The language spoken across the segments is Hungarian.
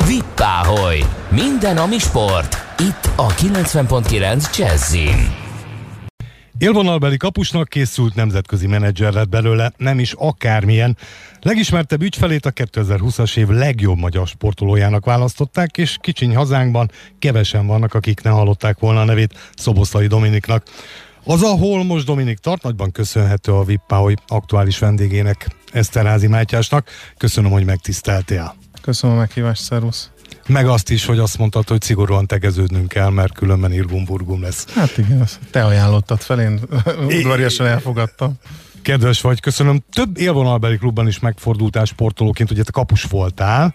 Vippáholy! Minden, ami sport. Itt a 90.9 Jazzin. Élvonalbeli kapusnak készült nemzetközi menedzser lett belőle, nem is akármilyen. Legismertebb ügyfelét a 2020-as év legjobb magyar sportolójának választották, és kicsiny hazánkban kevesen vannak, akik ne hallották volna a nevét, Szoboszlai Dominiknak. Az, ahol most Dominik tart, nagyban köszönhető a Vippáholy aktuális vendégének, Eszterházy Mátyásnak. Köszönöm, hogy megtiszteltél. Köszönöm a meghívást, szervusz. Meg azt is, hogy azt mondtad, hogy szigorúan tegeződnünk kell, mert különben irgum-burgum lesz. Hát igen, te ajánlottad fel, én udvariasan elfogadtam. Kedves vagy, köszönöm. Több élvonalbeli klubban is megfordultál sportolóként, ugye te kapus voltál,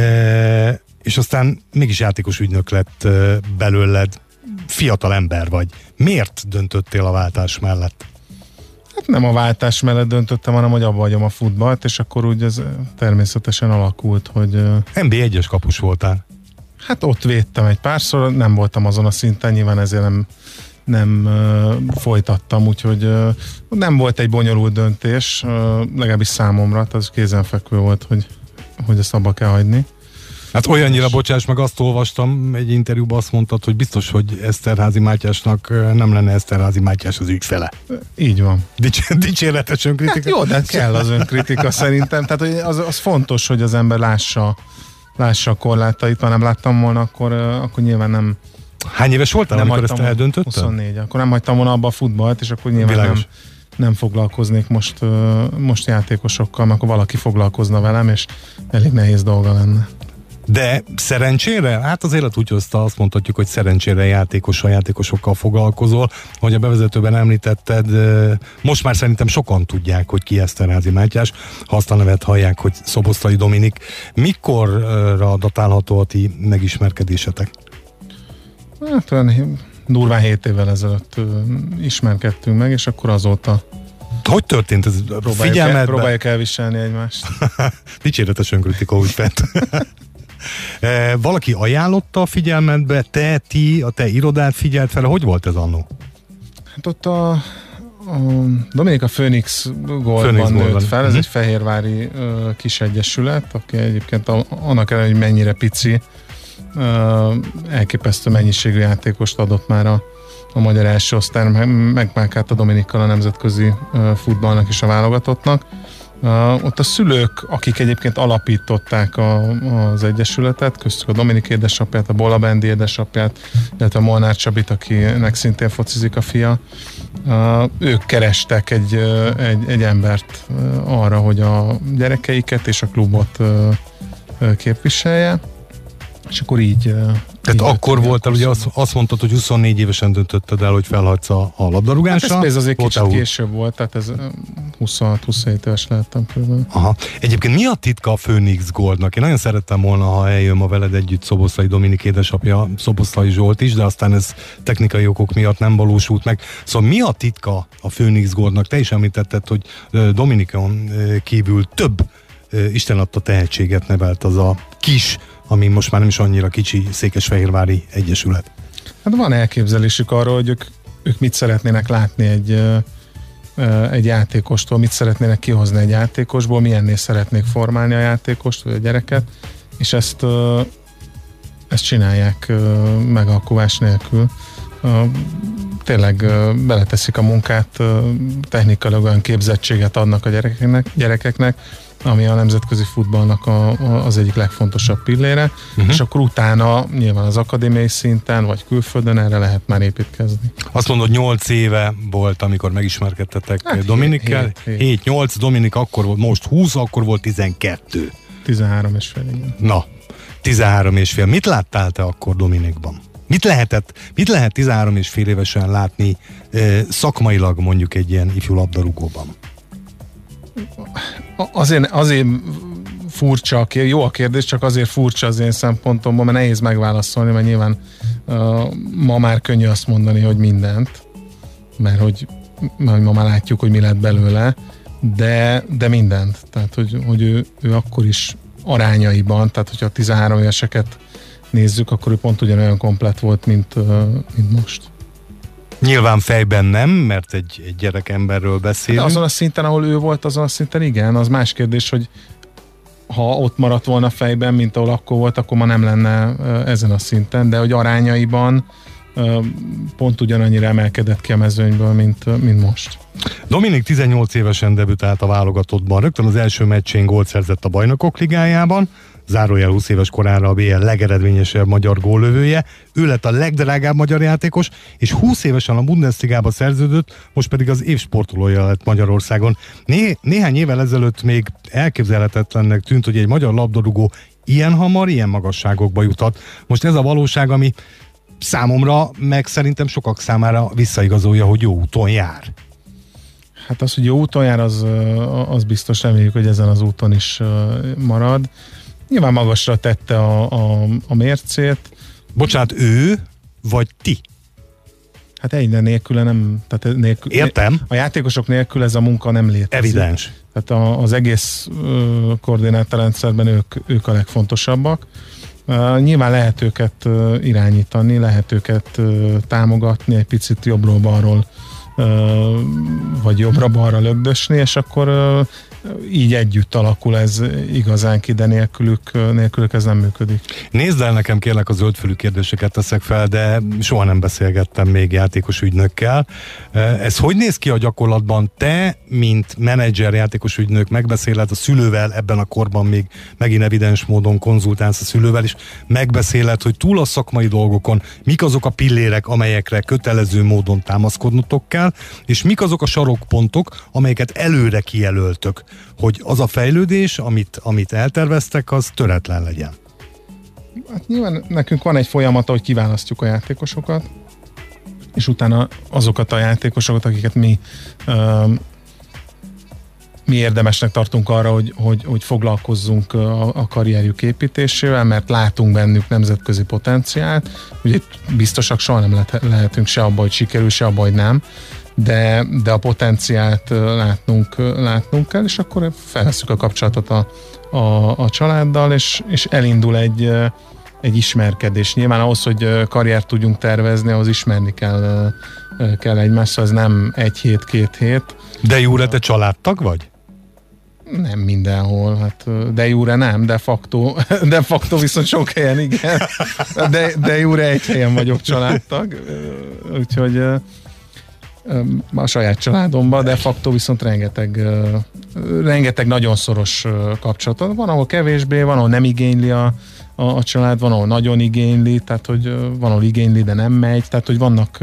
és aztán mégis játékos ügynök lett belőled. Fiatal ember vagy. Miért döntöttél a váltás mellett? Hát nem a váltás mellett döntöttem, hanem hogy abba hagyom a futballt, és akkor úgy ez természetesen alakult, hogy... NB1-es kapus voltál. Hát ott védtem egy párszor, nem voltam azon a szinten, nyilván ezért nem folytattam, úgyhogy nem volt egy bonyolult döntés, legalábbis számomra, tehát az kézenfekvő volt, hogy ezt abba kell hagyni. Hát olyannyira, bocsáss meg, azt olvastam egy interjúban, azt mondtad, hogy biztos, hogy Eszterházy Mátyásnak nem lenne Eszterházy Mátyás az ügyfele. Így van. Dicséretes önkritika. Hát jó, de kell az önkritika szerintem. Tehát az fontos, hogy az ember lássa a korlátait. Ha nem láttam volna, akkor nyilván nem... Hány éves voltál, amikor ezt eldöntötted? 24. Akkor nem hagytam volna abba a futballt, és akkor nyilván nem foglalkoznék most játékosokkal, mert akkor valaki foglalkozna velem, és elég nehéz dolga lenne. De szerencsére? Hát az élet úgy hozta, azt mondhatjuk, hogy szerencsére játékosokkal foglalkozol. Ahogy a bevezetőben említetted, most már szerintem sokan tudják, hogy ki Eszterházy Mátyás. Ha azt a nevet hallják, hogy Szoboszlai Dominik. Mikorra datálható a ti megismerkedésetek? Hát olyan durván 7 évvel ezelőtt ismerkedtünk meg, és akkor azóta hogy történt ez? Próbáljuk elviselni egymást. Dicséretes önkritika, úgy fent. Valaki ajánlotta a figyelmedbe, a te irodát figyelt fel, hogy volt ez annó? Hát ott a Dominik a Phoenix Goldban nőtt fel, ez egy fehérvári kis egyesület, aki egyébként annak ellenére, hogy mennyire pici, elképesztő mennyiségű játékost adott már a magyar első osztály, megmárkált a Dominikkal a nemzetközi futballnak és a válogatottnak. Ott a szülők, akik egyébként alapították az egyesületet, köztük a Dominik édesapját, a Bolla Bendi édesapját, illetve a Molnár Csabit, akinek szintén focizik a fia, ők kerestek egy embert arra, hogy a gyerekeiket és a klubot képviselje, és akkor így... Tehát akkor voltál, ugye azt mondtad, hogy 24 évesen döntötted el, hogy felhagysz a labdarúgásra. Hát ez azért kicsit később volt, tehát ez 26-27 éves lehettem körülbelül. Aha. Egyébként mi a titka a Phoenix Goldnak? Én nagyon szerettem volna, ha eljön ma veled együtt Szoboszlai Dominik édesapja, Szoboszlai Zsolt is, de aztán ez technikai okok miatt nem valósult meg. Szóval mi a titka a Phoenix Goldnak? Te is említetted, hogy Dominikon kívül több Isten adta tehetséget nevelt az a kis, ami most már nem is annyira kicsi székesfehérvári egyesület. Hát van elképzelésük arról, hogy ők mit szeretnének látni egy játékostól, mit szeretnének kihozni egy játékosból, milyennél szeretnék formálni a játékost, vagy a gyereket, és ezt csinálják megalkuvás nélkül. Tényleg beleteszik a munkát, technikailag olyan képzettséget adnak a gyerekeknek, ami a nemzetközi futballnak az egyik legfontosabb pillére, és akkor utána nyilván az akadémiai szinten, vagy külföldön erre lehet már építkezni. Azt mondod, 8 éve volt, amikor megismerkedtetek Dominikkel. 7-8, Dominik akkor volt, most 20, akkor volt 12. 13 és fél, igen. Na, 13 és fél. Mit láttál te akkor Dominikban? Mit lehet 13 és fél évesen látni szakmailag mondjuk egy ilyen ifjú labdarúgóban? Azért furcsa, jó a kérdés, csak azért furcsa az én szempontomból, mert nehéz megválaszolni, mert nyilván ma már könnyű azt mondani, hogy mindent, mert hogy ma már látjuk, hogy mi lett belőle, de mindent. Tehát, hogy ő akkor is arányaiban, tehát hogyha a 13 éveseket nézzük, akkor ő pont ugyanolyan komplett volt, mint most. Nyilván fejben nem, mert egy gyerekemberről beszélünk. De azon a szinten, ahol ő volt, azon a szinten igen. Az más kérdés, hogy ha ott maradt volna fejben, mint ahol akkor volt, akkor ma nem lenne ezen a szinten, de hogy arányaiban pont ugyanannyira emelkedett ki a mezőnyből, mint most. Dominik 18 évesen debütált a válogatottban, rögtön az első meccsén gólt szerzett a Bajnokok Ligájában, zárójel 20 éves korára a BL legeredményesebb magyar góllövője, ő lett a legdrágább magyar játékos, és 20 évesen a Bundesligába szerződött, most pedig az év sportolója lett Magyarországon. Néhány évvel ezelőtt még elképzelhetetlennek tűnt, hogy egy magyar labdarúgó ilyen hamar, ilyen magasságokba juthat. Most ez a valóság, ami számomra, meg szerintem sokak számára visszaigazolja, hogy jó úton jár. Hát az, hogy jó úton jár, az biztos, reméljük, hogy ezen az úton is marad. Nyilván magasra tette a mércét. Bocsánat, ő vagy ti? Hát egy nélküle nem... Tehát értem. A játékosok nélkül ez a munka nem létezik. Evidens. Tehát az egész koordinátorrendszerben ők a legfontosabbak. Nyilván lehet őket irányítani, lehet őket támogatni, egy picit jobbról-balról vagy jobbra-balra lögdösni, és akkor így együtt alakul ez igazán ki, de nélkülük ez nem működik. Nézd el nekem, kérlek, a zöldfülű kérdéseket teszek fel, de soha nem beszélgettem még játékos ügynökkel. Ez hogy néz ki a gyakorlatban? Te, mint menedzser, játékos ügynök megbeszéled a szülővel, ebben a korban még megint evidens módon konzultálsz a szülővel, és megbeszéled, hogy túl a szakmai dolgokon mik azok a pillérek, amelyekre kötelező módon támaszkodnotok kell, és mik azok a sarokpontok, amelyeket előre kijelöltök, hogy az a fejlődés, amit elterveztek, az töretlen legyen. Hát nyilván nekünk van egy folyamata, hogy kiválasztjuk a játékosokat, és utána azokat a játékosokat, akiket mi érdemesnek tartunk arra, hogy foglalkozzunk a karrierjük építésével, mert látunk bennük nemzetközi potenciált. Ugye itt biztosak soha nem lehetünk se abban, hogy sikerül, se abban, hogy nem, de a potenciált látnunk kell, és akkor felveszünk a kapcsolatot a családdal, és elindul egy ismerkedés. Nyilván ahhoz, hogy karriert tudjunk tervezni, ahhoz ismerni kell egymást, szóval ez nem 1 hét, 2 hét. De jure, te családtag vagy? Nem mindenhol, hát de jure nem, de facto viszont sok helyen igen. De jure egy helyen vagyok családtag, úgyhogy a saját családomban, de facto viszont rengeteg nagyon szoros kapcsolat. Van, ahol kevésbé, van, ahol nem igényli a család, van, ahol nagyon igényli, tehát hogy van, ahol igényli, de nem megy, tehát hogy vannak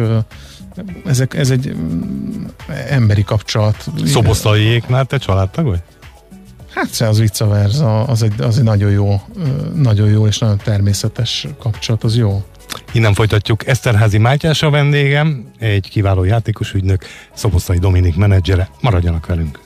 ez egy emberi kapcsolat. Szoboszlaiéknál te családtag vagy? Hát az vice versa, az egy nagyon jó és nagyon természetes kapcsolat, az jó. Innen folytatjuk. Eszterházy Mátyás a vendégem, egy kiváló játékos ügynök, Szoboszlai Dominik menedzsere. Maradjanak velünk.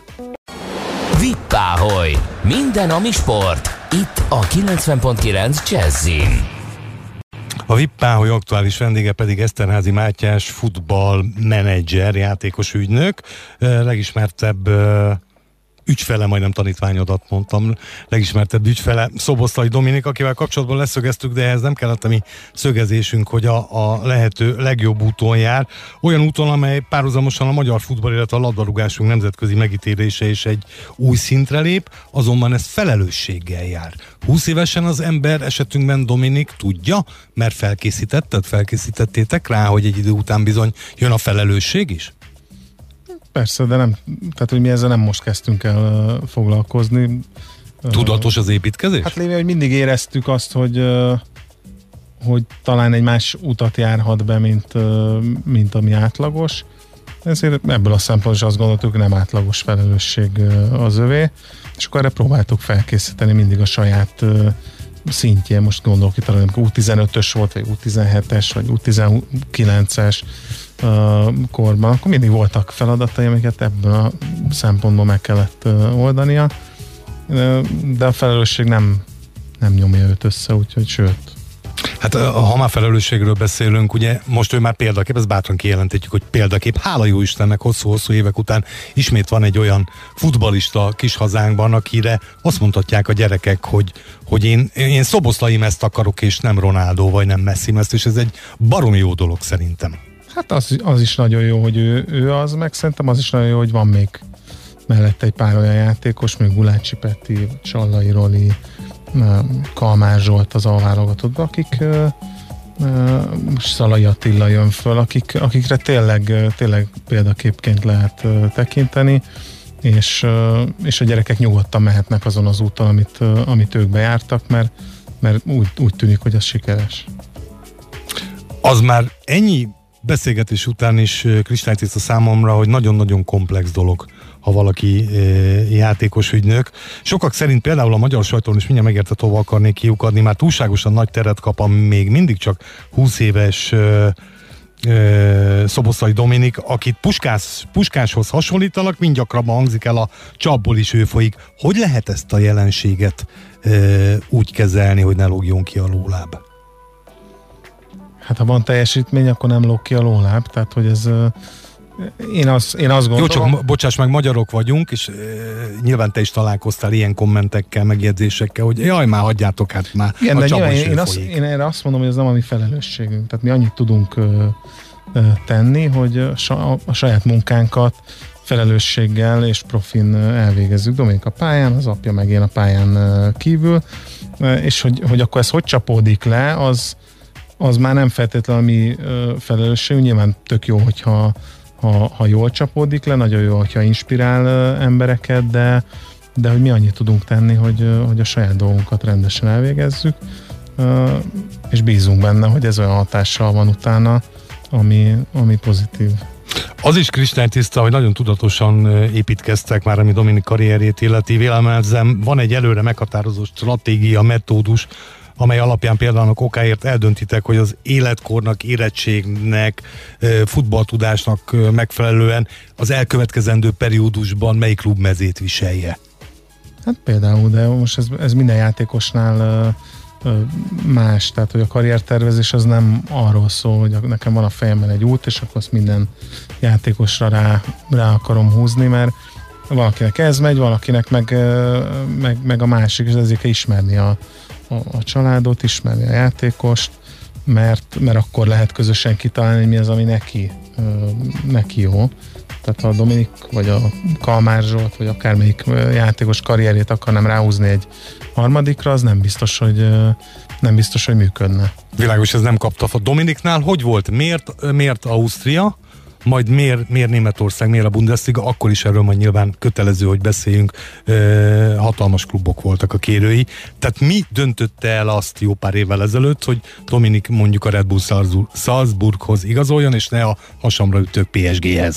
Vippáholy! Minden, ami sport. Itt a 90.9 Jazzin. A Vippáholy aktuális vendége pedig Eszterházy Mátyás, futballmenedzser, játékos ügynök. Legismertebb ügyfele, majdnem tanítványodat mondtam, legismertebb ügyfele Szoboszlai Dominik, akivel kapcsolatban leszögeztük, de ehhez nem kellett a mi szögezésünk, hogy a lehető legjobb úton jár. Olyan úton, amely párhuzamosan a magyar futball, illetve a labdarúgásunk nemzetközi megítélése is egy új szintre lép, azonban ez felelősséggel jár. 20 évesen az ember, esetünkben Dominik tudja, mert felkészítettétek rá, hogy egy idő után bizony jön a felelősség is? Persze, de nem, tehát hogy mi ezzel nem most kezdtünk el foglalkozni. Tudatos az építkezés? Hát lévén, hogy mindig éreztük azt, hogy talán egy más utat járhat be, mint ami átlagos. Ezért ebből a szempontból is azt gondoltuk, hogy nem átlagos felelősség az övé, és akkor erre próbáltuk felkészíteni mindig a saját szintjén. Most gondolok itt, amikor U15-ös volt, vagy U17-es, vagy U19-es korban, akkor mindig voltak feladatai, amiket ebből a szempontból meg kellett oldania, de a felelősség nem nyomja őt össze, úgyhogy sőt. Hát ha már felelősségről beszélünk, ugye most ő már példakép, ezt bátran kijelenthetjük, hogy példakép. Hála jó Istennek, hosszú-hosszú évek után ismét van egy olyan futballista kis hazánkban, akire azt mondhatják a gyerekek, hogy én Szoboszlai Meszt akarok, és nem Ronaldo, vagy nem Messi Meszt, és ez egy baromi jó dolog szerintem. Hát az is nagyon jó, hogy ő az, meg szerintem az is nagyon jó, hogy van még mellette egy pár olyan játékos, még Gulácsi Peti, Csallai Roli, Kalmár Zsolt az A-válogatottban, akik Szalai Attila jön föl, akikre tényleg példaképként lehet tekinteni, és a gyerekek nyugodtan mehetnek azon az úton, amit ők bejártak, mert úgy tűnik, hogy az sikeres. Az már ennyi beszélgetés után is kristálytiszta számomra, hogy nagyon-nagyon komplex dolog, ha valaki játékos ügynök. Sokak szerint például a magyar sajton is mindjárt megértett, hova akarnék kiukadni, már túlságosan nagy teret kap a még mindig csak 20 éves Szoboszlai Dominik, akit Puskáshoz hasonlítanak, mind gyakrabban hangzik el, a csapból is ő folyik. Hogy lehet ezt a jelenséget úgy kezelni, hogy ne lógjon ki a lóláb? Hát ha van teljesítmény, akkor nem lóg ki a lóláb, tehát hogy ez én azt gondolom... Jó, csak bocsáss meg, magyarok vagyunk, és nyilván te is találkoztál ilyen kommentekkel, megjegyzésekkel, hogy jaj, már hagyjátok, hát már igen, a csapban is én erre azt mondom, hogy ez nem a mi felelősségünk. Tehát mi annyit tudunk tenni, hogy a saját munkánkat felelősséggel és profin elvégezzük. Dominik a pályán, az apja meg én a pályán kívül, és hogy akkor ez hogy csapódik le, az már nem feltétlenül a mi felelősségünk. Nyilván tök jó, hogyha jól csapódik le, nagyon jó, hogyha inspirál embereket, de hogy mi annyit tudunk tenni, hogy a saját dolgunkat rendesen elvégezzük, és bízunk benne, hogy ez olyan hatással van utána, ami pozitív. Az is kristálytiszta, hogy nagyon tudatosan építkeztek már, ami Dominik karrierjét illeti. Vélemezem, van egy előre meghatározó stratégia, metódus, amely alapján például a kokáért eldöntitek, hogy az életkornak, érettségnek, futballtudásnak megfelelően az elkövetkezendő periódusban melyik klub mezét viselje. Hát például, de most ez minden játékosnál más, tehát hogy a karriertervezés az nem arról szól, hogy nekem van a fejemben egy út, és akkor azt minden játékosra rá akarom húzni, mert valakinek ez megy, valakinek meg a másik, és ezért kell ismerni a családot, ismerni a játékost, mert akkor lehet közösen kitalálni, hogy mi az, ami neki jó. Tehát ha a Dominik, vagy a Kalmár Zsolt, vagy akármelyik játékos karrierjét akarnám ráhúzni egy harmadikra, az nem biztos, hogy működne. Világos, ez nem kapta. A Dominiknál hogy volt? Miért Ausztria? Majd miért Németország, miért a Bundesliga, akkor is erről majd nyilván kötelező, hogy beszéljünk, hatalmas klubok voltak a kérői. Tehát mi döntötte el azt jó pár évvel ezelőtt, hogy Dominik mondjuk a Red Bull Salzburghoz igazoljon, és ne a hasamra ütők PSG-hez?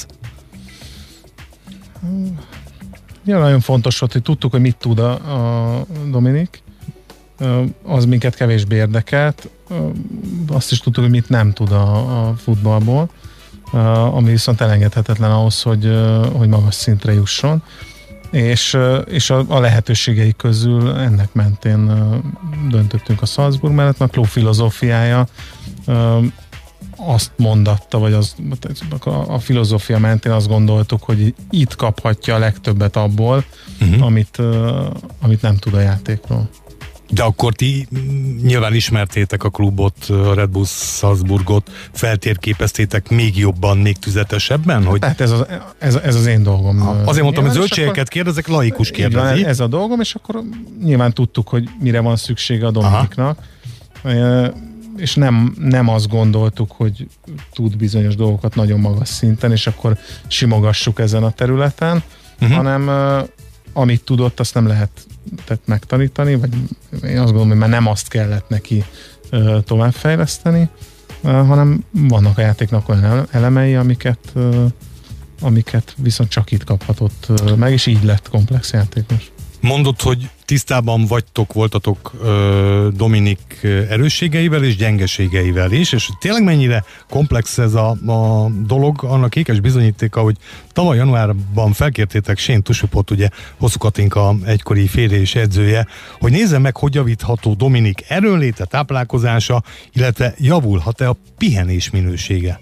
Ja, nagyon fontos volt, hogy tudtuk, hogy mit tud a Dominik, az minket kevésbé érdekelt, azt is tudtuk, hogy mit nem tud a futballból, ami viszont elengedhetetlen ahhoz, hogy magas szintre jusson, és a lehetőségei közül ennek mentén döntöttünk a Salzburg mellett, mert a klub filozófiája azt mondatta, vagy a filozófia mentén azt gondoltuk, hogy itt kaphatja a legtöbbet abból, amit nem tud a játékról. De akkor ti nyilván ismertétek a klubot, a Red Bull Salzburgot, feltérképeztétek még jobban, még tüzetesebben? Hogy... Tehát ez az én dolgom. Azért mondtam, hogy zöldségeket kérdezek, laikus kérdezi. Ez a dolgom, és akkor nyilván tudtuk, hogy mire van szüksége a Dominiknak. És nem azt gondoltuk, hogy tud bizonyos dolgokat nagyon magas szinten, és akkor simogassuk ezen a területen, hanem amit tudott, azt nem lehet megtanítani, vagy én azt gondolom, hogy már nem azt kellett neki továbbfejleszteni, hanem vannak a játéknak olyan elemei, amiket viszont csak itt kaphatott meg, és így lett komplex játékos. Mondod, hogy tisztában voltatok Dominik erősségeivel és gyengeségeivel is, és tényleg mennyire komplex ez a dolog, annak ékes bizonyítéka, hogy tavaly januárban felkértétek Shane Tuchupot, ugye Hosszú Katinka egykori férje és edzője, hogy nézze meg, hogy javítható Dominik erőnléte, táplálkozása, illetve javulhat-e a pihenés minősége?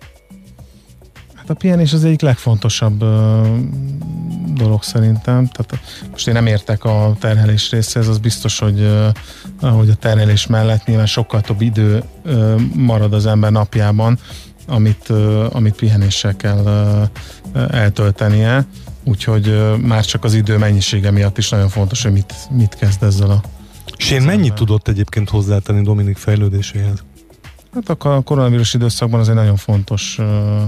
A pihenés az egyik legfontosabb dolog szerintem. Tehát most én nem értek a terhelés részéhez, az biztos, hogy a terhelés mellett nyilván sokkal több idő marad az ember napjában, amit pihenéssel kell eltöltenie. úgyhogy már csak az idő mennyisége miatt is nagyon fontos, hogy mit kezd ezzel a... És én mennyit tudott egyébként hozzátenni Dominik fejlődéséhez? Hát a koronavírus időszakban az egy nagyon fontos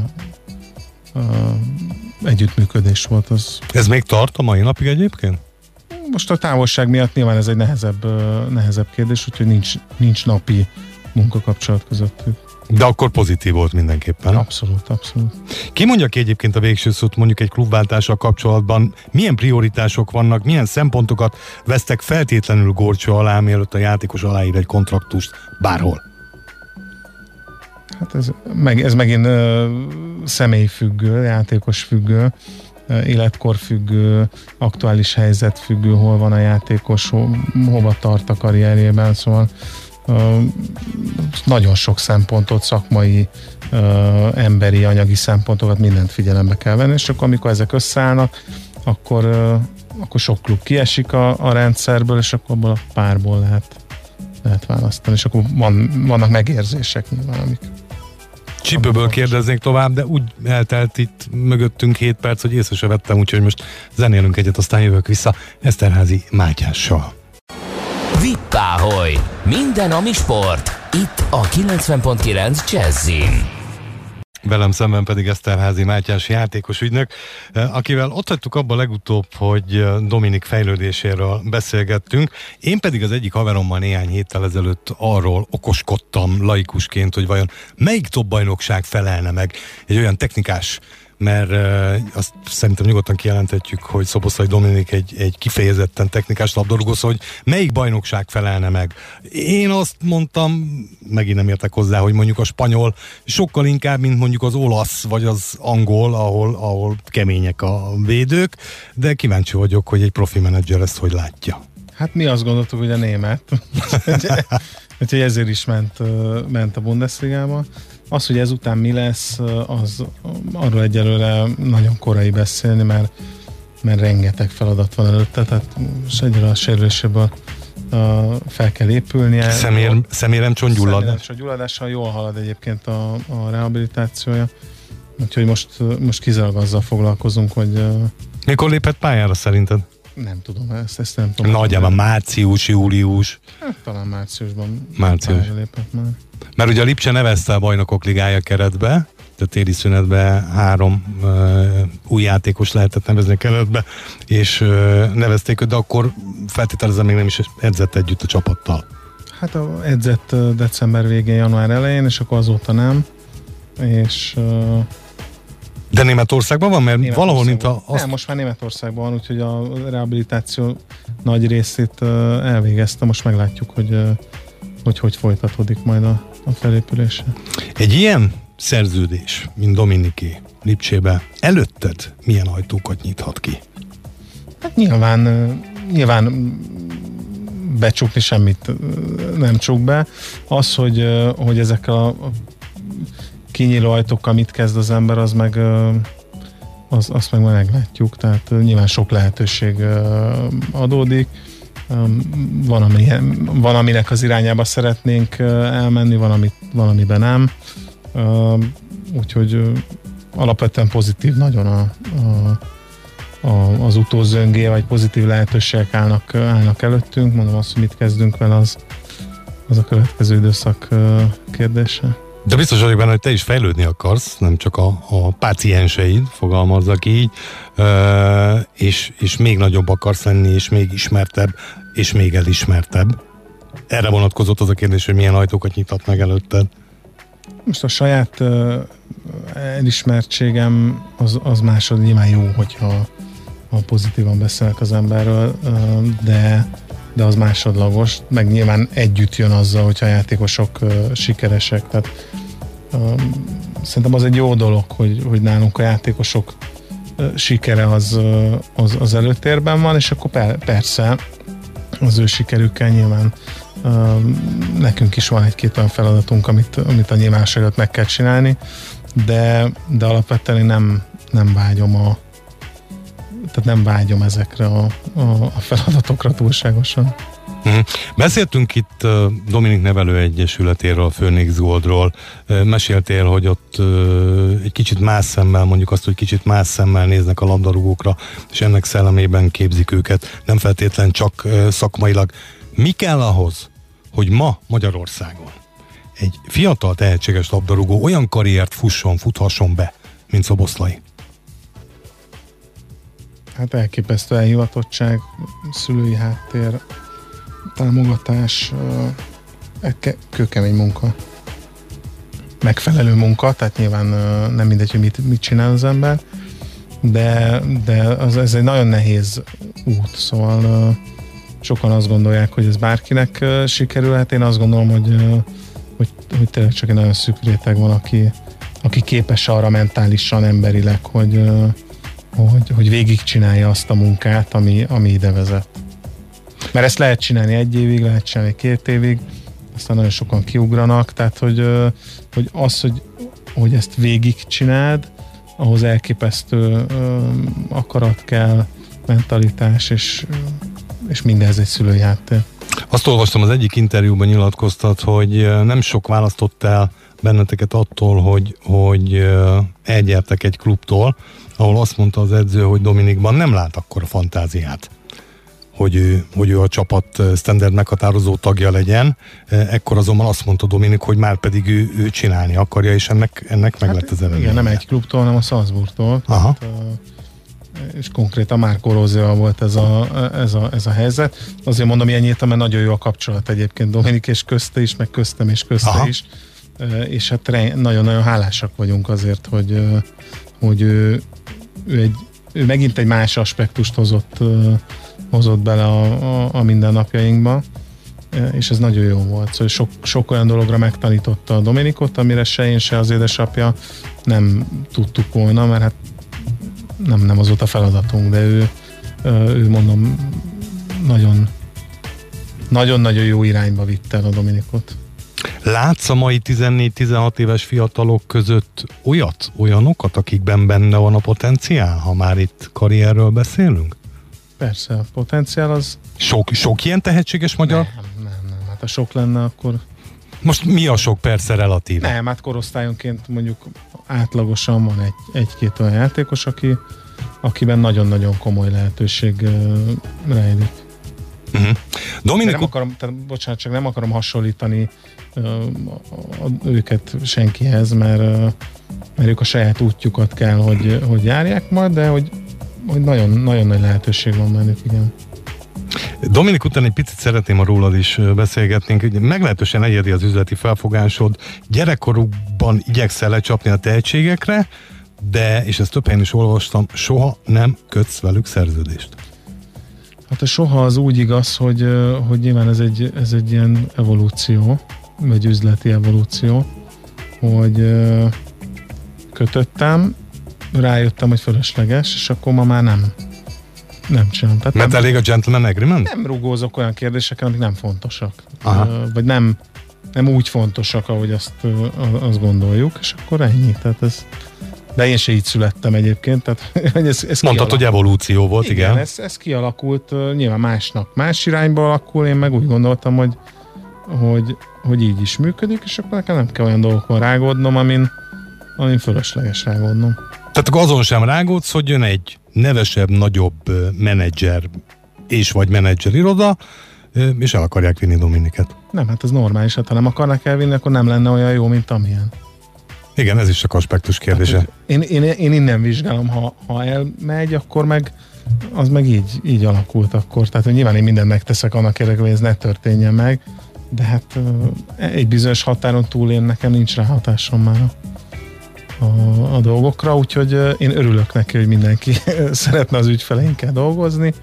együttműködés volt az. Ez még tart a mai napig egyébként? Most a távolság miatt nyilván ez egy nehezebb kérdés, úgyhogy nincs napi munkakapcsolat közöttük. De akkor pozitív volt mindenképpen. Abszolút. Ki mondja ki egyébként a végső szót mondjuk egy klubváltással kapcsolatban? Milyen prioritások vannak, milyen szempontokat vesztek feltétlenül górcső alá, mielőtt a játékos aláír egy kontraktust bárhol? Hát ez megint személyfüggő, játékos függő, életkor függő, aktuális helyzet függő, hol van a játékos, hova tart a karrierjében, szóval nagyon sok szempontot, szakmai, emberi, anyagi szempontokat, mindent figyelembe kell venni, és akkor amikor ezek összeállnak, akkor sok klub kiesik a rendszerből, és akkor abból a párból lehet választani, és akkor vannak megérzések nyilván, amik... Csípőből kérdeznék tovább, de úgy eltelt itt mögöttünk 7 perc, hogy észre se vettem, úgyhogy most zenélünk egyet, aztán jövök vissza Eszterházy Mátyással. Vippáholy! Minden, ami sport. Itt a 90.9 Jazzin. Velem szemben pedig Eszterházy Mátyás játékos ügynök, akivel ott hagytuk abba legutóbb, hogy Dominik fejlődéséről beszélgettünk. Én pedig az egyik haverommal néhány héttel ezelőtt arról okoskodtam laikusként, hogy vajon melyik top bajnokság felelne meg egy olyan technikás, mert azt szerintem nyugodtan kijelenthetjük, hogy Szoboszlai Dominik egy kifejezetten technikás labdarúgó, szóval, hogy melyik bajnokság felelne meg. Én azt mondtam, megint nem értek hozzá, hogy mondjuk a spanyol sokkal inkább, mint mondjuk az olasz vagy az angol, ahol kemények a védők, de kíváncsi vagyok, hogy egy profi menedzser ezt hogy látja. Hát mi azt gondoltuk, hogy a német. Úgyhogy ezért is ment a Bundesligába. Az, hogy ezután mi lesz, az arról egyelőre nagyon korai beszélni, mert rengeteg feladat van előtte, tehát egyre a sérüléséből fel kell épülnie. Szeméremcsontgyulladással jól halad egyébként a rehabilitációja, úgyhogy most kizárólag azzal foglalkozunk, hogy... Mikor lépett pályára szerinted? Nem tudom, ezt nem tudom. Nagyjából március, július. Hát talán márciusban lépett már. Mert ugye a Lipcse nevezte a Bajnokok Ligája keretbe, tehát téli szünetben 3 új játékos lehetett nevezni a keretbe, és nevezték őt, de akkor feltételezem még nem is edzett együtt a csapattal. Hát edzett december végén, január elején, és akkor azóta nem. És... De Németországban van? Mert valahol mint Nem, most már Németországban van, úgyhogy a rehabilitáció nagy részét elvégezte. Most meglátjuk, hogy folytatódik majd a felépülése. Egy ilyen szerződés, mint Dominiké Lipcsébe, előtted milyen ajtókat nyithat ki? Hát nyilván becsukni semmit nem csuk be. Az, hogy ezekkel a kinyíló ajtókkal mit kezd az ember, azt meg meglátjuk, tehát nyilván sok lehetőség adódik. Van, aminek az irányába szeretnénk elmenni, van, amiben nem. Úgyhogy alapvetően pozitív nagyon az utózöngé, vagy pozitív lehetőségek állnak előttünk. Mondom azt, hogy mit kezdünk vele, az a következő időszak kérdése. De biztos vagyok benne, hogy te is fejlődni akarsz, nem csak a pácienseid, fogalmazzak így, és még nagyobb akarsz lenni, és még ismertebb, és még elismertebb. Erre vonatkozott az a kérdés, hogy milyen ajtókat nyitott meg előtted. Most a saját elismertségem az másod nyilván jó, hogyha pozitívan beszélnek az emberről, de az másodlagos, meg nyilván együtt jön azzal, hogyha a játékosok sikeresek. Tehát szerintem az egy jó dolog, hogy nálunk a játékosok sikere az előtérben van, és akkor persze az ő sikerükkel nyilván nekünk is van egy-két olyan feladatunk, amit a nyilvánosságot meg kell csinálni, de alapvetően én nem vágyom ezekre a feladatokra túlságosan. Beszéltünk itt Dominik Nevelő Egyesületéről, a Phoenix Goldról. Meséltél, hogy ott egy kicsit más szemmel, mondjuk azt, hogy kicsit más szemmel néznek a labdarúgókra, és ennek szellemében képzik őket, nem feltétlen csak szakmailag. Mi kell ahhoz, hogy ma Magyarországon egy fiatal, tehetséges labdarúgó olyan karriert futhasson be, mint Szoboszlai? Hát elképesztő elhivatottság, szülői háttér, támogatás, kőkemény munka. Megfelelő munka, tehát nyilván nem mindegy, hogy mit csinál az ember, de ez egy nagyon nehéz út, szóval sokan azt gondolják, hogy ez bárkinek sikerülhet. Én azt gondolom, hogy tényleg csak egy nagyon szűk réteg van, aki képes arra mentálisan, emberileg, hogy végigcsinálja azt a munkát, ami ide vezet. Mert ezt lehet csinálni 1 évig, lehet csinálni 2 évig, aztán nagyon sokan kiugranak, tehát hogy ezt végigcsináld, ahhoz elképesztő akarat kell, mentalitás, és mindez egy szülői háttér. Azt olvastam, az egyik interjúban nyilatkoztat, hogy nem sok választott el benneteket attól, hogy elgyertek egy klubtól, ahol azt mondta az edző, hogy Dominikban nem lát akkora fantáziát, hogy ő a csapat standard meghatározó tagja legyen. Ekkor azonban azt mondta Dominik, hogy már pedig ő csinálni akarja, és ennek meg lett az eredménye. Igen, nem egy klubtól, hanem a Salzburgtól. Tehát, és konkrétan Marco Rózéval volt ez a helyzet. Azért mondom ilyen nyíltan, mert nagyon jó a kapcsolat egyébként Dominik és közte is, meg köztem és közte is. És hát nagyon-nagyon hálásak vagyunk azért, hogy ő megint egy más aspektust hozott bele a mindennapjainkba, és ez nagyon jó volt. Szóval sok olyan dologra megtanította a Dominikot, amire se én, se az édesapja nem tudtuk volna, mert hát nem az volt a feladatunk, de ő mondom, nagyon-nagyon jó irányba vitte el a Dominikot. Látsz a mai 14-16 éves fiatalok között olyanokat, akikben benne van a potenciál, ha már itt karrierről beszélünk? Persze, a potenciál az... Sok ilyen tehetséges magyar? Nem. Hát ha sok lenne, akkor... Most mi a sok, persze relatíve? Nem, hát korosztályonként mondjuk átlagosan van egy-két olyan játékos, akiben nagyon-nagyon komoly lehetőség rejlik. Dominik... Csak nem akarom hasonlítani őket senkihez, mert ők a saját útjukat kell, hogy járják majd, de hogy nagyon, nagyon nagy lehetőség van bennük, igen. Dominik, után egy picit szeretném rólad is beszélgetni. Meglehetősen egyedi az üzleti felfogásod. Gyerekkorukban igyekszel lecsapni a tehetségekre, de, és ezt több helyen is olvastam, soha nem kötsz velük szerződést. Hát a soha az úgy igaz, hogy nyilván ez egy ilyen evolúció, vagy üzleti evolúció, hogy kötöttem, rájöttem, hogy fölösleges, és akkor ma már nem csinálom. Tehát mert elég a gentleman agreement? Nem rugózok olyan kérdéseken, amik nem fontosak. Vagy nem úgy fontosak, ahogy azt gondoljuk, és akkor ennyi. Tehát de én se így születtem egyébként. Tehát, mondtad, hogy evolúció volt, igen. Ez kialakult, nyilván másnak más irányba alakul, én meg úgy gondoltam, hogy így is működik, és akkor nekem nem kell olyan dolgokon rágódnom, amin fölösleges rágódnom. Tehát akkor azon sem rágódsz, hogy jön egy nevesebb, nagyobb menedzser vagy menedzser iroda, és el akarják vinni Dominiket. Nem, hát ez normális, hát ha nem akarnak elvinni, akkor nem lenne olyan jó, mint amilyen. Igen, ez is csak aspektus kérdése. Hát, én innen vizsgálom, ha elmegy, akkor meg az meg így alakult akkor. Tehát hogy nyilván én mindent megteszek annak érdekében, hogy ez ne történjen meg, de hát egy bizonyos határon túl nekem nincs rá hatásom már a dolgokra, úgyhogy én örülök neki, hogy mindenki szeretne az ügyfeleinkkel dolgozni.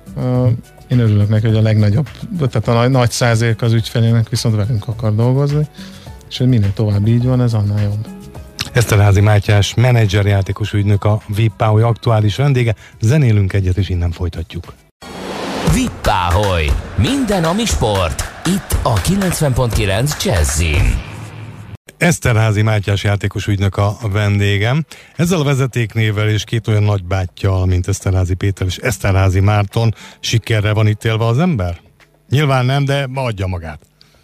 Én örülök neki, hogy a legnagyobb, tehát a nagy százalék az ügyfelének viszont velünk akar dolgozni, és hogy minél tovább így van, ez annál jobb. Eszterházy Mátyás, menedzser játékos ügynök, a VIP-Páholy aktuális vendége. Zenélünk egyet, és innen folytatjuk. VIP-Páholy. Minden, ami sport. Itt a 90.9 Jazzin. Eszterházy Mátyás játékos ügynök a vendégem. Ezzel a vezetéknével és két olyan nagybátyjal, mint Eszterházy Péter és Eszterházy Márton, sikerre van ítélve az ember? Nyilván nem, de adja magát.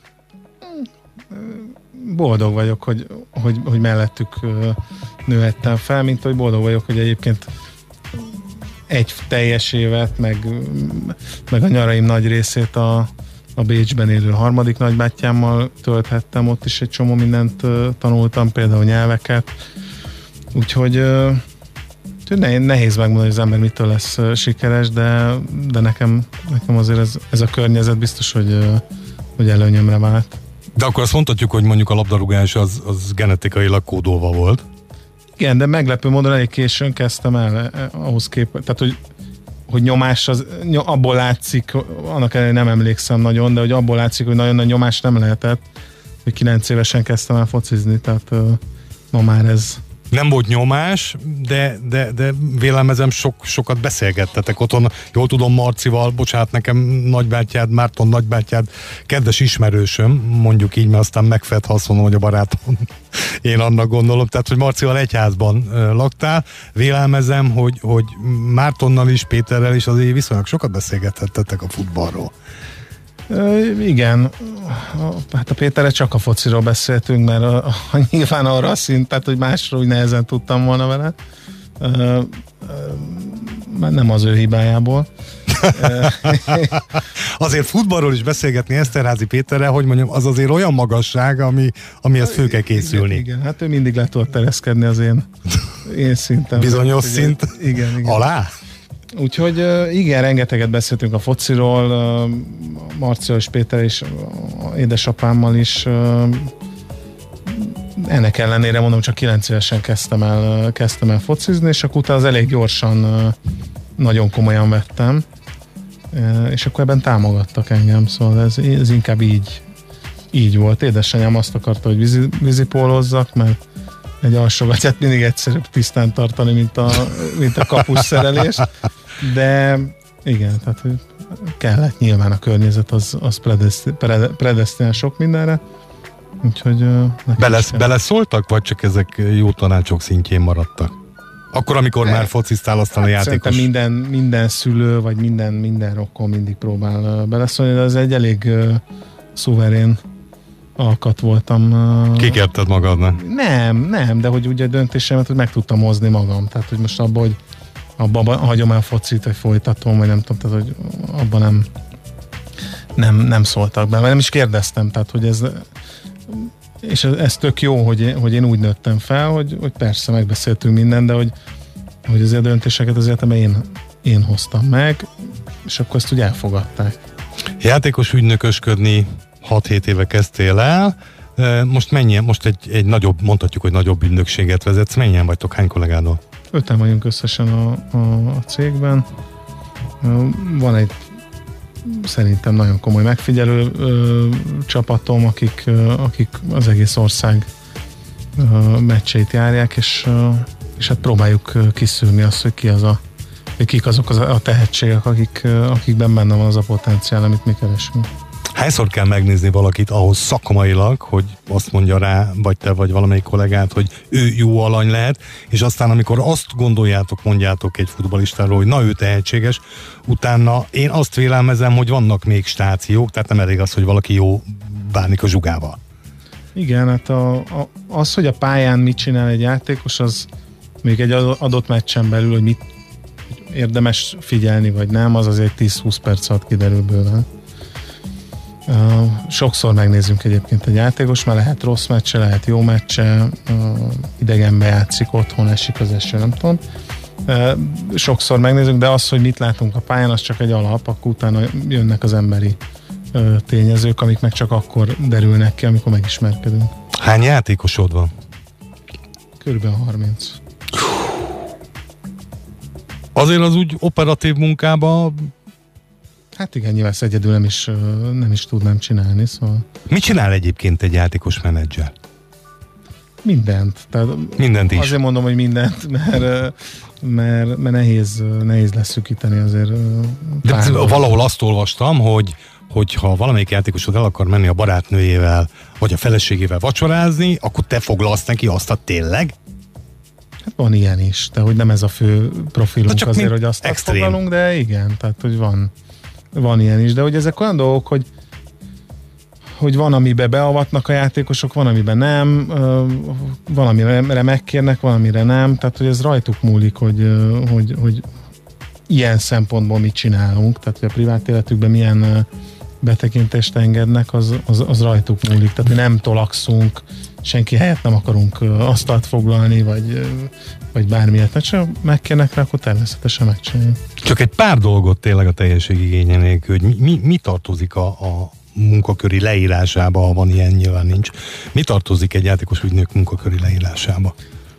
Boldog vagyok, hogy mellettük nőhettem fel, mint hogy boldog vagyok, hogy egyébként egy teljes évet, meg a nyaraim nagy részét a Bécsben élő harmadik nagybátyámmal tölthettem, ott is egy csomó mindent tanultam, például nyelveket, úgyhogy nehéz megmondani, hogy az ember mitől lesz sikeres, de nekem azért ez a környezet biztos, hogy előnyömre vált. De akkor azt mondhatjuk, hogy mondjuk a labdarúgás az genetikailag kódolva volt. Igen, de meglepő módon elég későn kezdtem el ahhoz képest, tehát hogy nyomás abból látszik, annak ellenére nem emlékszem nagyon, de hogy abból látszik, hogy nagyon nagy nyomás nem lehetett, hogy 9 évesen kezdtem el focizni, tehát ma már ez... Nem volt nyomás, de vélelmezem sokat beszélgettetek otthon. Jól tudom, Marcival, bocsánat, nekem nagybátyád, Márton nagybátyád, kedves ismerősöm, mondjuk így, mert aztán megfed, ha azt mondom, hogy a barátom. Én annak gondolom, tehát, hogy Marcival egy házban laktál. Vélelmezem, hogy Mártonnal is, Péterrel is azért viszonylag sokat beszélgethettetek a futballról. Igen, hát a Péterre csak a fociról beszéltünk, mert nyilván arra a szint, tehát hogy másról úgy nehezen tudtam volna vele. Nem az ő hibájából. Azért futballról is beszélgetni Eszterházy Péterrel, hogy mondjam, az azért olyan magasság, amihez fő kell készülni. Igen, hát ő mindig le tudott tereszkedni az én szintem. Bizonyos szint igen. alá? Úgyhogy igen, rengeteget beszéltünk a fociról, Marcival és Péter és édesapámmal is. Ennek ellenére mondom, csak 9 évesen kezdtem el focizni, és akkor utána az elég gyorsan nagyon komolyan vettem, és akkor ebben támogattak engem, szóval ez inkább így volt. Édesanyám azt akarta, hogy vízipólozzak, mert egy alsógatyát mindig egyszerűbb tisztán tartani, mint a kapusszerelés, de igen, tehát kellett nyilván a környezet, az predesztinál sok mindenre, úgyhogy... Beleszóltak, vagy csak ezek jó tanácsok szintjén maradtak? Akkor, amikor már fociztál, aztán a játékos... Szerintem minden szülő, vagy minden rokon mindig próbál beleszólni, de ez egy elég szuverén alkat voltam. Kikérted magadnak? Nem, de hogy ugye döntésemet, hogy meg tudtam hozni magam. Tehát, hogy most abban hagyom el focit, vagy folytatom, vagy nem tudom, tehát, hogy abban nem szóltak be. Nem is kérdeztem, tehát, hogy és ez tök jó, hogy én úgy nőttem fel, hogy persze megbeszéltünk mindent, de hogy azért a döntéseket az életemben én hoztam meg, és akkor ezt úgy elfogadták. Játékos ügynökösködni 6-7 éve kezdtél el, most egy nagyobb, mondhatjuk, hogy nagyobb ügynökséget vezetsz, mennyien vagytok, hány kollégádon? 5-en vagyunk összesen a cégben. Van egy szerintem nagyon komoly megfigyelő csapatom, akik az egész ország meccseit járják, és hát próbáljuk kiszűrni azt, hogy kik azok a tehetségek, akikben benne van az a potenciál, amit mi keresünk. Hányszor kell megnézni valakit ahhoz szakmailag, hogy azt mondja rá, vagy te, vagy valamelyik kollégát, hogy ő jó alany lehet, és aztán amikor azt mondjátok egy futballistáról, hogy na ő tehetséges, utána én azt vélelmezem, hogy vannak még stációk, tehát nem elég az, hogy valaki jó bánik a zsugával. Igen, hát az, hogy a pályán mit csinál egy játékos, az még egy adott meccsen belül, hogy mit érdemes figyelni, vagy nem, az azért 10-20 perc alatt kiderül bőven. Sokszor megnézzünk egyébként egy játékos, mert lehet rossz meccse, lehet jó meccse, idegenbe játszik, otthon esik az eső, nem tudom. Sokszor megnézzük, de az, hogy mit látunk a pályán, az csak egy alap, akkor utána jönnek az emberi tényezők, amik meg csak akkor derülnek ki, amikor megismerkedünk. Hány játékosod van? Körülbelül 30. Azért az úgy operatív munkában. Hát igen, nyilván egyedül nem is tudnám csinálni, szóval... Mit csinál egyébként egy játékos menedzser? Mindent. Tehát mindent is. Azért mondom, hogy mindent, mert nehéz leszűkíteni azért. De valahol azt olvastam, hogy ha valamelyik játékosod el akar menni a barátnőjével, vagy a feleségével vacsorázni, akkor te foglalsz neki azt tényleg? Hát van ilyen is, de hogy nem ez a fő profilunk azért, hogy azt foglalunk, de igen, tehát hogy van van ilyen is, de hogy ezek olyan dolgok, hogy van, amiben beavatnak a játékosok, van, amiben nem, van, amire megkérnek, van, amire nem, tehát hogy ez rajtuk múlik, hogy ilyen szempontból mit csinálunk, tehát hogy a privát életükben milyen betekintést engednek, az rajtuk múlik, tehát mi nem tolakszunk, senki helyett nem akarunk asztalt foglalni, vagy bármilyet, csak megkérnek rá, akkor természetesen megcsináljuk. Csak egy pár dolgot tényleg a teljességigénye nélkül, hogy mi tartozik a munkaköri leírásába, ha van ilyen, nyilván nincs. Mi tartozik egy játékos ügynök munkaköri leírásába?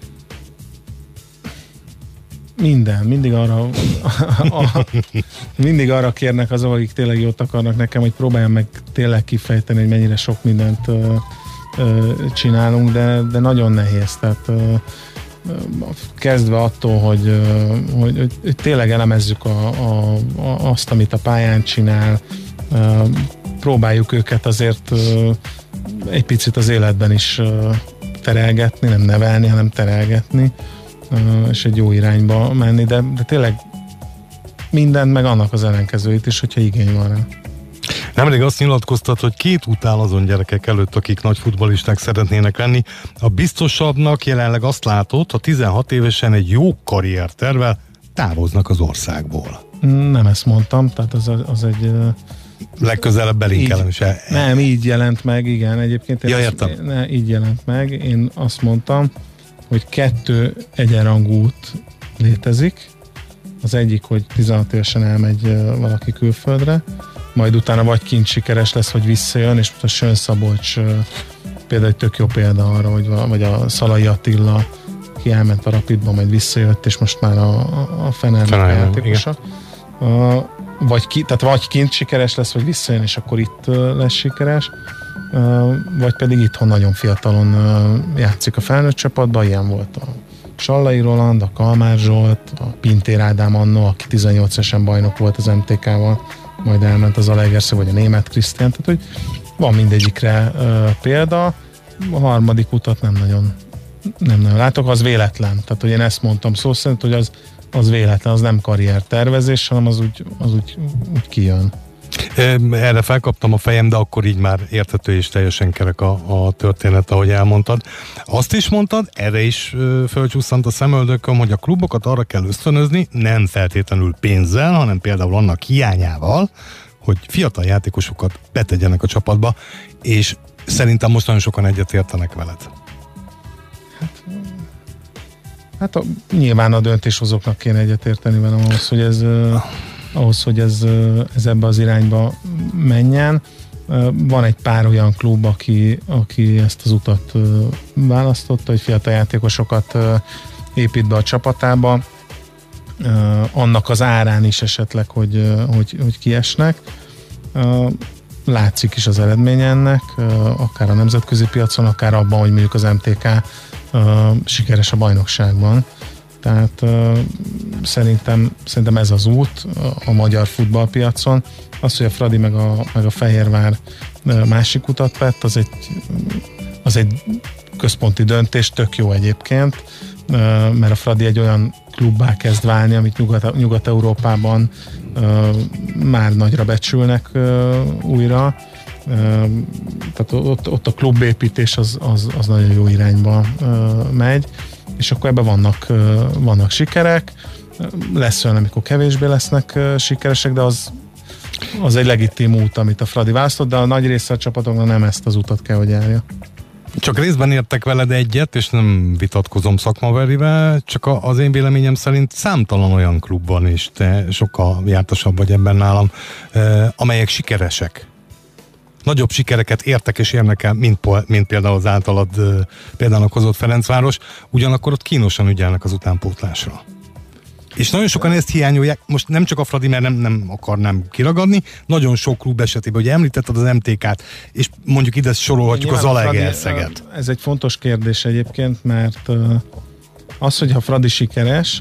Minden. Mindig arra kérnek azok, akik tényleg jót akarnak nekem, hogy próbáljam meg tényleg kifejteni, hogy mennyire sok mindent csinálunk, de nagyon nehéz. Tehát kezdve attól, hogy tényleg elemezzük azt, amit a pályán csinál, próbáljuk őket azért egy picit az életben is terelgetni, nem nevelni, hanem terelgetni, és egy jó irányba menni, de tényleg mindent, meg annak az ellenkezőit is, hogyha igény van rá. Nemrég azt nyilatkoztat, hogy 2 út áll azon gyerekek előtt, akik nagy futballisták szeretnének lenni. A biztosabbnak jelenleg azt látod, ha 16 évesen egy jó karriertervvel távoznak az országból. Nem ezt mondtam, tehát az egy... Legközelebb belinkelem is. Nem, így jelent meg, igen. Egyébként így jelent meg. Én azt mondtam, hogy 2 egyenrangú út létezik. Az egyik, hogy 16 évesen elmegy valaki külföldre, majd utána vagy kint sikeres lesz, vagy visszajön, és a Sön Szabolcs például egy tök jó példa arra, vagy a Szalai Attila, ki elment a Rapidba, majd visszajött, és most már a Fenernek játékosa. Vagy kint sikeres lesz, vagy visszajön, és akkor itt lesz sikeres, vagy pedig itthon nagyon fiatalon játszik a felnőtt csapatban. Ilyen volt a Sallai Roland, a Kalmár Zsolt, a Pintér Ádám annó, aki 18 évesen bajnok volt az MTK-val, majd elment az Zalaegerszeg, vagy a Németh Krisztián, tehát hogy van mindegyikre példa. A harmadik utat nem nagyon látok, az véletlen. Tehát, hogy én ezt mondtam szó szerint, hogy az véletlen, az nem karriertervezés, hanem az úgy kijön. Erre felkaptam a fejem, de akkor így már érthető és teljesen kerek a történet, ahogy elmondtad. Azt is mondtad, erre is fölcsúsztant a szemöldököm, hogy a klubokat arra kell ösztönözni, nem feltétlenül pénzzel, hanem például annak hiányával, hogy fiatal játékosokat betegyenek a csapatba, és szerintem most nagyon sokan egyetértenek veled. Hát nyilván a döntéshozóknak kéne egyetérteni velem ahhoz, hogy ez ebbe az irányba menjen. Van egy pár olyan klub, aki ezt az utat választotta, hogy fiatal játékosokat épít be a csapatába, annak az árán is esetleg, hogy kiesnek. Látszik is az eredmény ennek, akár a nemzetközi piacon, akár abban, hogy mondjuk az MTK sikeres a bajnokságban. Tehát szerintem ez az út a magyar futballpiacon. Az, hogy a Fradi meg a Fehérvár másik utat vett, az egy központi döntés, tök jó egyébként, mert a Fradi egy olyan klubbá kezd válni, amit Nyugat-Európában már nagyra becsülnek újra. Tehát ott a klubépítés az nagyon jó irányba megy, és akkor ebben vannak sikerek, lesz olyan, amikor kevésbé lesznek sikeresek, de az egy legitim út, amit a Fradi választott, de a nagy része a csapatoknak nem ezt az utat kell, hogy járja. Csak részben értek veled egyet, és nem vitatkozom szakmaverivel, csak az én véleményem szerint számtalan olyan klub van, és te sokkal jártasabb vagy ebben nálam, amelyek sikeresek. Nagyobb sikereket értek és érnek el, mint például az általad például hozott Ferencváros, ugyanakkor ott kínosan ügyelnek az utánpótlásra. És nagyon sokan ezt hiányolják, most nem csak a Fradi, mert nem akarnám kiragadni, nagyon sok klub esetében, hogy említetted az MTK-t, és mondjuk ide sorolhatjuk az Zalaegerszeget. Ez egy fontos kérdés egyébként, mert az, hogy a Fradi sikeres,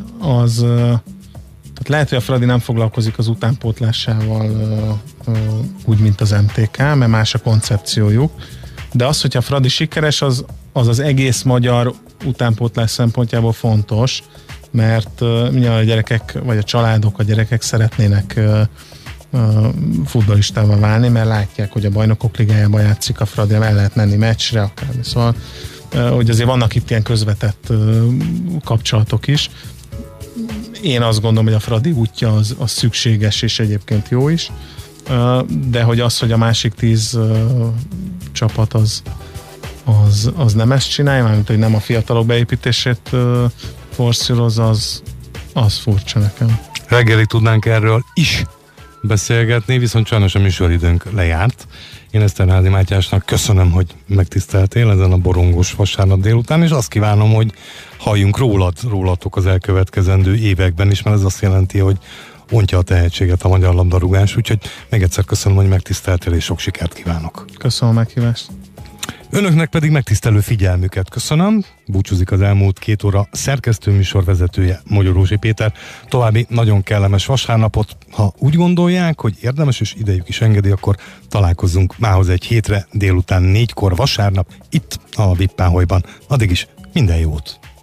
tehát lehet, hogy a Fradi nem foglalkozik az utánpótlásával úgy, mint az MTK, mert más a koncepciójuk, de az, hogyha a Fradi sikeres, az egész magyar utánpótlás szempontjából fontos, mert mindjárt a gyerekek, vagy a családok, a gyerekek szeretnének futballistával válni, mert látják, hogy a Bajnokok Ligájában játszik a Fradi, el lehet menni meccsre, akármi. Szóval, hogy azért vannak itt ilyen közvetett kapcsolatok is. Én azt gondolom, hogy a Fradi útja az szükséges és egyébként jó is, de hogy a másik 10 csapat az nem ezt csinálja, mármint, hogy nem a fiatalok beépítését forszíroz, az furcsa nekem. Reggelig tudnánk erről is beszélgetni, viszont sajnos a műsoridőnk lejárt. Én Eszterházy Mátyásnak köszönöm, hogy megtiszteltél ezen a borongos vasárnap délután, és azt kívánom, hogy halljunk rólatok az elkövetkezendő években is, mert ez azt jelenti, hogy ontja a tehetséget a magyar labdarúgás, úgyhogy még egyszer köszönöm, hogy megtiszteltél, és sok sikert kívánok. Köszönöm a meghívást. Önöknek pedig megtisztelő figyelmüket köszönöm. Búcsúzik az elmúlt 2 óra szerkesztőműsorvezetője, Magyarózsi Péter. További nagyon kellemes vasárnapot. Ha úgy gondolják, hogy érdemes és idejük is engedi, akkor találkozzunk mához egy hétre délután 4-kor vasárnap itt a Vippánholyban. Addig is minden jót!